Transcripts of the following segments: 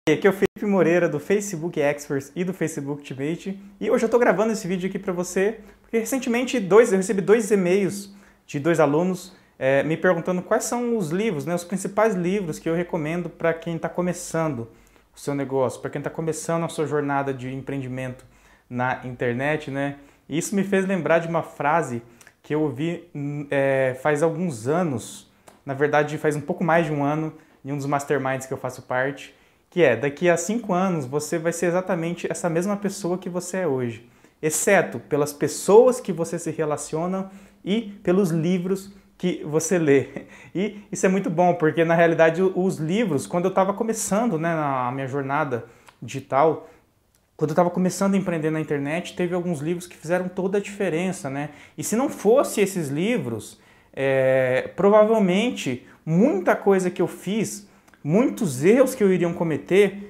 Aqui é o Felipe Moreira do Facebook Experts e do Facebook Ultimate e hoje eu estou gravando esse vídeo aqui para você porque recentemente eu recebi dois e-mails de dois alunos me perguntando quais são os livros, os principais livros que eu recomendo para quem está começando o seu negócio, para quem está começando a sua jornada de empreendimento na internet, né? E isso me fez lembrar de uma frase que eu ouvi faz alguns anos, na verdade faz um pouco mais de um ano, em um dos masterminds que eu faço parte, que é, daqui a 5 anos você vai ser exatamente essa mesma pessoa que você é hoje, exceto pelas pessoas que você se relaciona e pelos livros que você lê. E isso é muito bom, porque na realidade os livros, quando eu estava começando, né, na minha jornada digital, quando eu estava começando a empreender na internet, teve alguns livros que fizeram toda a diferença, né? E se não fosse esses livros, provavelmente muita coisa que eu fiz, muitos erros que eu iria cometer,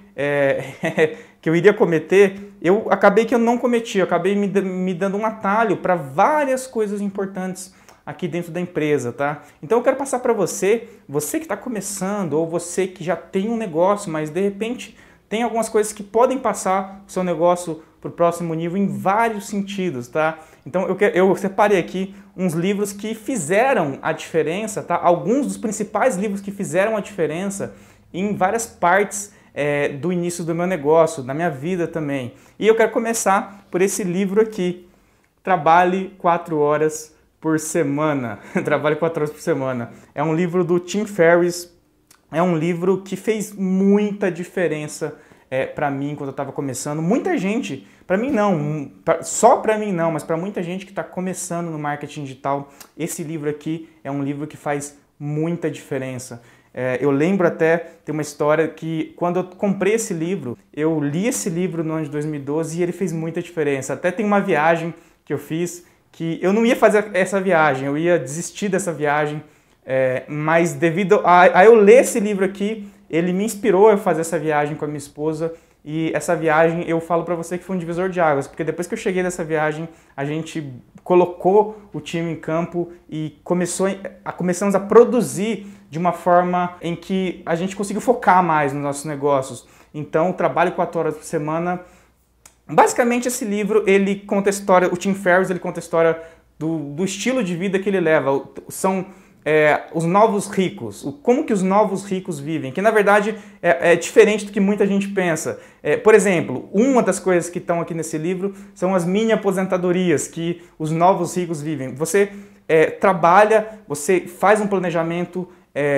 eu acabei que eu não cometi, eu acabei me dando um atalho para várias coisas importantes aqui dentro da empresa, tá? Então eu quero passar para você que está começando ou você que já tem um negócio, mas de repente tem algumas coisas que podem passar o seu negócio para o próximo nível em vários sentidos, tá? Então eu separei aqui uns livros que fizeram a diferença, tá? Alguns dos principais livros que fizeram a diferença em várias partes do início do meu negócio, da minha vida também. E eu quero começar por esse livro aqui, Trabalhe 4 horas por semana. Trabalhe 4 horas por semana. É um livro do Tim Ferriss. É um livro que fez muita diferença para mim quando eu estava começando. Muita gente, para mim não, só para mim não, mas para muita gente que está começando no marketing digital, esse livro aqui é um livro que faz muita diferença. Eu lembro até, tem uma história que quando eu comprei esse livro, eu li esse livro no ano de 2012 e ele fez muita diferença. Até tem uma viagem que eu fiz que eu não ia fazer essa viagem, eu ia desistir dessa viagem, mas devido a eu ler esse livro aqui, ele me inspirou a fazer essa viagem com a minha esposa. E essa viagem, eu falo para você que foi um divisor de águas, porque depois que eu cheguei dessa viagem, a gente colocou o time em campo e começamos a produzir de uma forma em que a gente conseguiu focar mais nos nossos negócios. Então, Trabalho 4 horas por semana. Basicamente, esse livro, ele conta a história, o Tim Ferriss, ele conta a história do estilo de vida que ele leva. São os novos ricos, como que os novos ricos vivem, que na verdade é diferente do que muita gente pensa. Por exemplo, uma das coisas que estão aqui nesse livro são as mini aposentadorias que os novos ricos vivem. Você trabalha, você faz um planejamento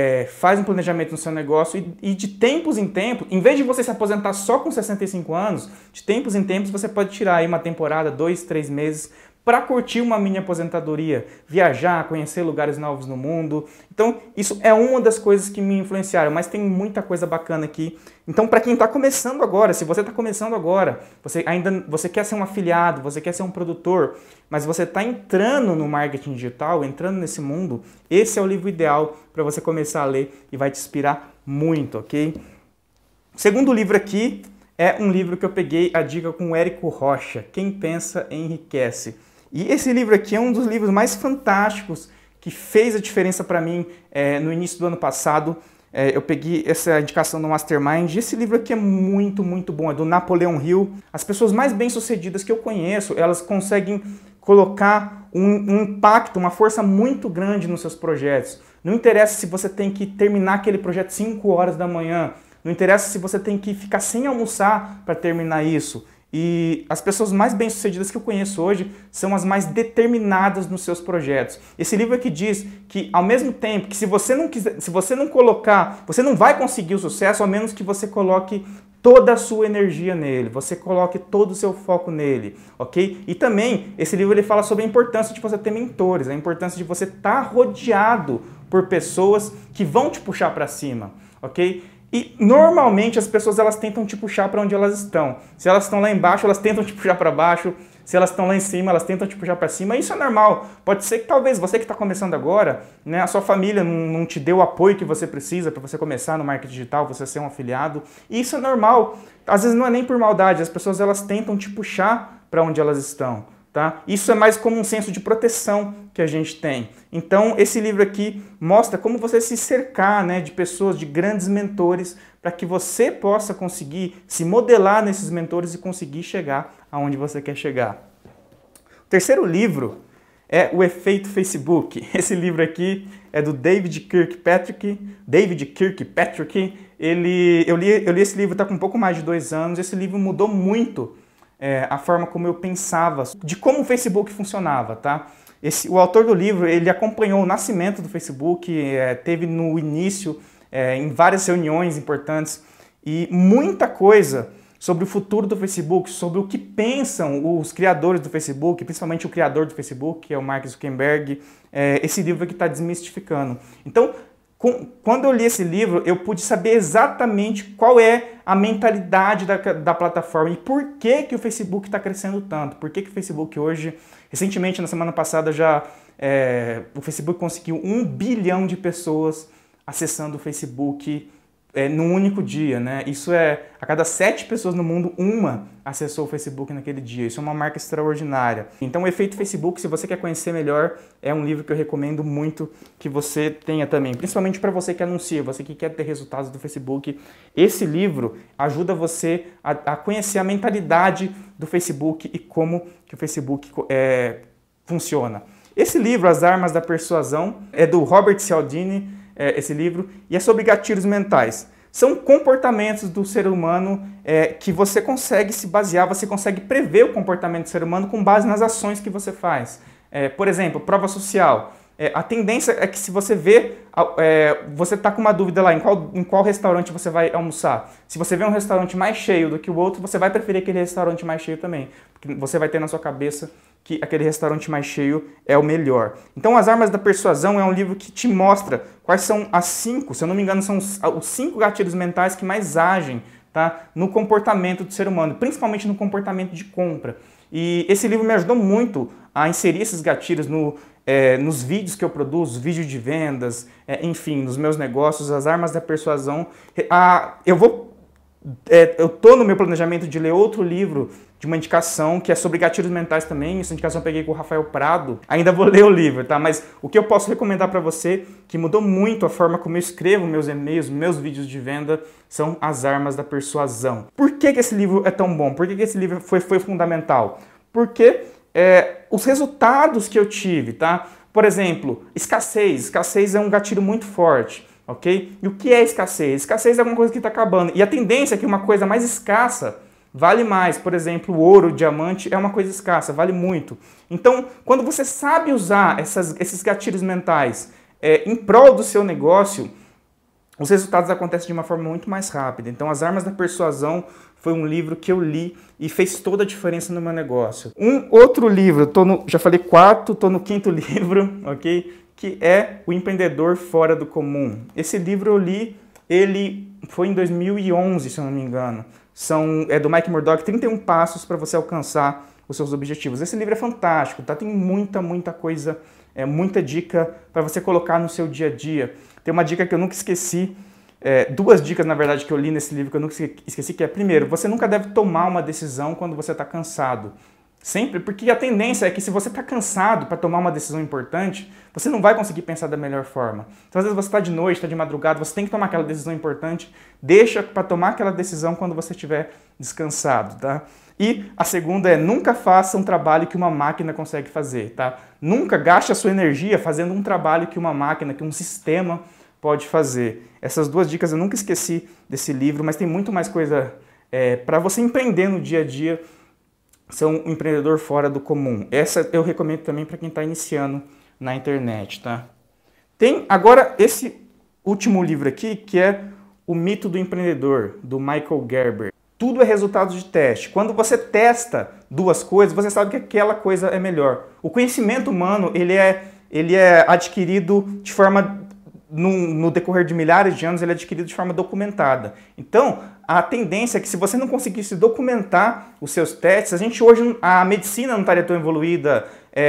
no seu negócio e de tempos em tempos, em vez de você se aposentar só com 65 anos, de tempos em tempos você pode tirar aí uma temporada, 2, 3 meses, para curtir uma mini aposentadoria, viajar, conhecer lugares novos no mundo. Então, isso é uma das coisas que me influenciaram, mas tem muita coisa bacana aqui. Então, para quem está começando agora, se você está começando agora, você quer ser um afiliado, você quer ser um produtor, mas você está entrando no marketing digital, entrando nesse mundo, esse é o livro ideal para você começar a ler e vai te inspirar muito, ok? O segundo livro aqui é um livro que eu peguei a dica com o Érico Rocha, Quem Pensa Enriquece. E esse livro aqui é um dos livros mais fantásticos que fez a diferença para mim no início do ano passado. Eu peguei essa indicação no Mastermind. Esse livro aqui é muito, muito bom. É do Napoleão Hill. As pessoas mais bem-sucedidas que eu conheço, elas conseguem colocar um impacto, uma força muito grande nos seus projetos. Não interessa se você tem que terminar aquele projeto 5 horas da manhã. Não interessa se você tem que ficar sem almoçar para terminar isso. E as pessoas mais bem-sucedidas que eu conheço hoje são as mais determinadas nos seus projetos. Esse livro aqui diz que, ao mesmo tempo que se você não colocar, você não vai conseguir o sucesso, ao menos que você coloque toda a sua energia nele, você coloque todo o seu foco nele, ok? E também, esse livro ele fala sobre a importância de você ter mentores, a importância de você estar rodeado por pessoas que vão te puxar para cima, ok? E normalmente as pessoas elas tentam te puxar para onde elas estão. Se elas estão lá embaixo, elas tentam te puxar para baixo. Se elas estão lá em cima, elas tentam te puxar para cima. Isso é normal. Pode ser que talvez você que está começando agora, né, a sua família não te deu o apoio que você precisa para você começar no marketing digital, você ser um afiliado. E isso é normal. Às vezes não é nem por maldade. As pessoas elas tentam te puxar para onde elas estão. Tá? Isso é mais como um senso de proteção que a gente tem. Então, esse livro aqui mostra como você se cercar, né, de pessoas, de grandes mentores, para que você possa conseguir se modelar nesses mentores e conseguir chegar aonde você quer chegar. O terceiro livro é O Efeito Facebook. Esse livro aqui é do David Kirkpatrick. Eu li esse livro, está com um pouco mais de 2 anos. Esse livro mudou muito a forma como eu pensava, de como o Facebook funcionava, tá? O autor do livro, ele acompanhou o nascimento do Facebook, teve no início, em várias reuniões importantes, e muita coisa sobre o futuro do Facebook, sobre o que pensam os criadores do Facebook, principalmente o criador do Facebook, que é o Mark Zuckerberg, esse livro aqui está desmistificando. Então, quando eu li esse livro, eu pude saber exatamente qual é a mentalidade da plataforma e por que o Facebook está crescendo tanto. Por que o Facebook hoje, recentemente, na semana passada, o Facebook conseguiu 1 bilhão de pessoas acessando o Facebook num único dia, né? Isso a cada 7 pessoas no mundo, uma acessou o Facebook naquele dia. Isso é uma marca extraordinária. Então, o Efeito Facebook, se você quer conhecer melhor, é um livro que eu recomendo muito que você tenha também. Principalmente para você que anuncia, você que quer ter resultados do Facebook. Esse livro ajuda você a conhecer a mentalidade do Facebook e como que o Facebook funciona. Esse livro, As Armas da Persuasão, é do Robert Cialdini, esse livro, e é sobre gatilhos mentais. São comportamentos do ser humano que você consegue se basear, você consegue prever o comportamento do ser humano com base nas ações que você faz. Por exemplo, prova social. A tendência é que se você vê, você está com uma dúvida lá em qual restaurante você vai almoçar. Se você vê um restaurante mais cheio do que o outro, você vai preferir aquele restaurante mais cheio também. Porque você vai ter na sua cabeça que aquele restaurante mais cheio é o melhor. Então, As Armas da Persuasão é um livro que te mostra quais são as 5, se eu não me engano, são os 5 gatilhos mentais que mais agem, tá, no comportamento do ser humano, principalmente no comportamento de compra. E esse livro me ajudou muito a inserir esses gatilhos nos vídeos que eu produzo, vídeos de vendas, enfim, nos meus negócios, As Armas da Persuasão. Eu estou no meu planejamento de ler outro livro de uma indicação que é sobre gatilhos mentais também. Essa indicação eu peguei com o Rafael Prado. Ainda vou ler o livro, tá? Mas o que eu posso recomendar para você, que mudou muito a forma como eu escrevo meus e-mails, meus vídeos de venda, são As Armas da Persuasão. Por que esse livro é tão bom? Por que esse livro foi fundamental? Porque os resultados que eu tive, tá? Por exemplo, escassez. Escassez é um gatilho muito forte. Ok? E o que é escassez? Escassez é alguma coisa que está acabando. E a tendência é que uma coisa mais escassa vale mais. Por exemplo, o ouro, o diamante é uma coisa escassa, vale muito. Então, quando você sabe usar esses gatilhos mentais em prol do seu negócio, os resultados acontecem de uma forma muito mais rápida. Então, As Armas da Persuasão foi um livro que eu li e fez toda a diferença no meu negócio. Um outro livro, já falei 4, estou no 5º livro, ok? Que é O Empreendedor Fora do Comum. Esse livro eu li, ele foi em 2011, se eu não me engano. É do Mike Murdock, 31 passos para você alcançar os seus objetivos. Esse livro é fantástico, tá? Tem muita coisa, muita dica para você colocar no seu dia a dia. Tem uma dica que eu nunca esqueci, 2 dicas, na verdade, que eu li nesse livro que eu nunca esqueci, que é, primeiro, você nunca deve tomar uma decisão quando você está cansado. Sempre, porque a tendência é que se você está cansado para tomar uma decisão importante, você não vai conseguir pensar da melhor forma. Então, às vezes você está de noite, está de madrugada, você tem que tomar aquela decisão importante, deixa para tomar aquela decisão quando você estiver descansado, tá? E a segunda é, nunca faça um trabalho que uma máquina consegue fazer, tá? Nunca gaste a sua energia fazendo um trabalho que uma máquina, que um sistema pode fazer. Essas 2 dicas eu nunca esqueci desse livro, mas tem muito mais coisa para você empreender no dia a dia. São um empreendedor fora do comum. Essa eu recomendo também para quem está iniciando na internet, tá? Tem agora esse último livro aqui, que é O Mito do Empreendedor, do Michael Gerber. Tudo é resultado de teste. Quando você testa 2 coisas, você sabe que aquela coisa é melhor. O conhecimento humano, ele é adquirido de forma... No decorrer de milhares de anos, ele é adquirido de forma documentada. Então, a tendência é que se você não conseguisse documentar os seus testes, a medicina não estaria tão evoluída,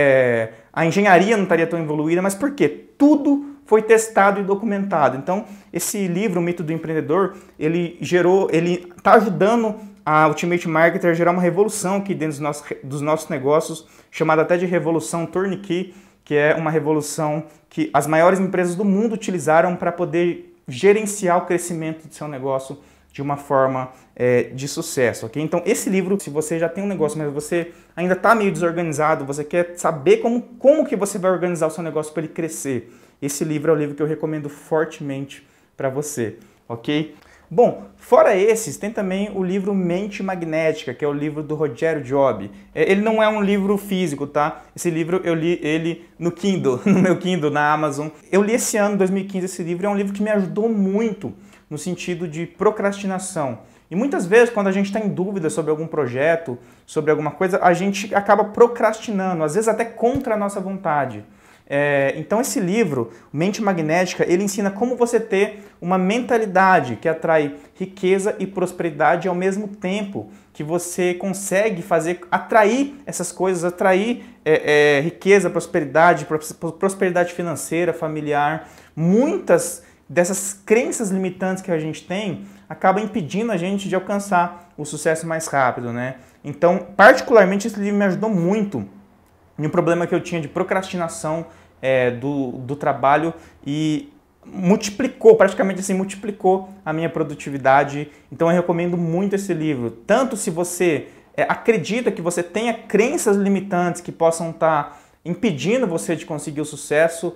a engenharia não estaria tão evoluída, mas por quê? Tudo foi testado e documentado. Então, esse livro, O Mito do Empreendedor, ele está ajudando a Ultimate Marketer a gerar uma revolução aqui dentro dos nossos negócios, chamada até de revolução turnkey, que é uma revolução que as maiores empresas do mundo utilizaram para poder gerenciar o crescimento do seu negócio de uma forma de sucesso, ok? Então esse livro, se você já tem um negócio, mas você ainda está meio desorganizado, você quer saber como que você vai organizar o seu negócio para ele crescer, esse livro é o livro que eu recomendo fortemente para você, ok? Bom, fora esses, tem também o livro Mente Magnética, que é o livro do Rogério Job. Ele não é um livro físico, tá? Esse livro eu li ele no Kindle, no meu Kindle, na Amazon. Eu li esse ano, 2015, esse livro. É um livro que me ajudou muito no sentido de procrastinação. E muitas vezes, quando a gente está em dúvida sobre algum projeto, sobre alguma coisa, a gente acaba procrastinando, às vezes até contra a nossa vontade. Então esse livro, Mente Magnética, ele ensina como você ter uma mentalidade que atrai riqueza e prosperidade ao mesmo tempo que você consegue atrair essas coisas, atrair riqueza, prosperidade financeira, familiar. Muitas dessas crenças limitantes que a gente tem acabam impedindo a gente de alcançar o sucesso mais rápido, né? Então, particularmente, esse livro me ajudou muito em um problema que eu tinha de procrastinação do trabalho e praticamente assim, multiplicou a minha produtividade. Então eu recomendo muito esse livro. Tanto se você acredita que você tenha crenças limitantes que possam estar impedindo você de conseguir o sucesso,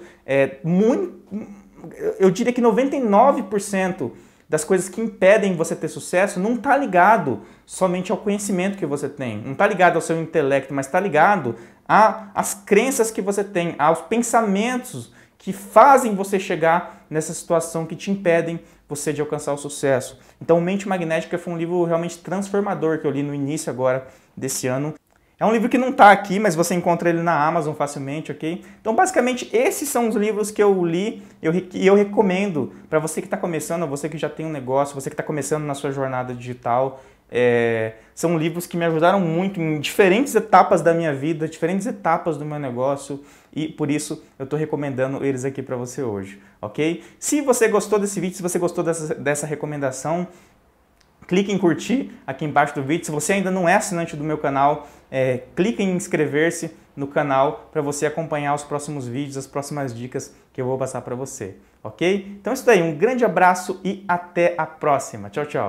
eu diria que 99% das coisas que impedem você ter sucesso não está ligado somente ao conhecimento que você tem, não está ligado ao seu intelecto, mas está ligado às crenças que você tem, aos pensamentos que fazem você chegar nessa situação que te impedem você de alcançar o sucesso. Então, Mente Magnética foi um livro realmente transformador que eu li no início agora desse ano. É um livro que não está aqui, mas você encontra ele na Amazon facilmente, ok? Então, basicamente, esses são os livros que eu li e eu recomendo para você que está começando, você que já tem um negócio, você que está começando na sua jornada digital. São livros que me ajudaram muito em diferentes etapas da minha vida, diferentes etapas do meu negócio e por isso eu estou recomendando eles aqui para você hoje, ok? Se você gostou desse vídeo, se você gostou dessa recomendação, clique em curtir aqui embaixo do vídeo. Se você ainda não é assinante do meu canal, clique em inscrever-se no canal para você acompanhar os próximos vídeos, as próximas dicas que eu vou passar para você, ok? Então é isso daí, um grande abraço e até a próxima. Tchau, tchau!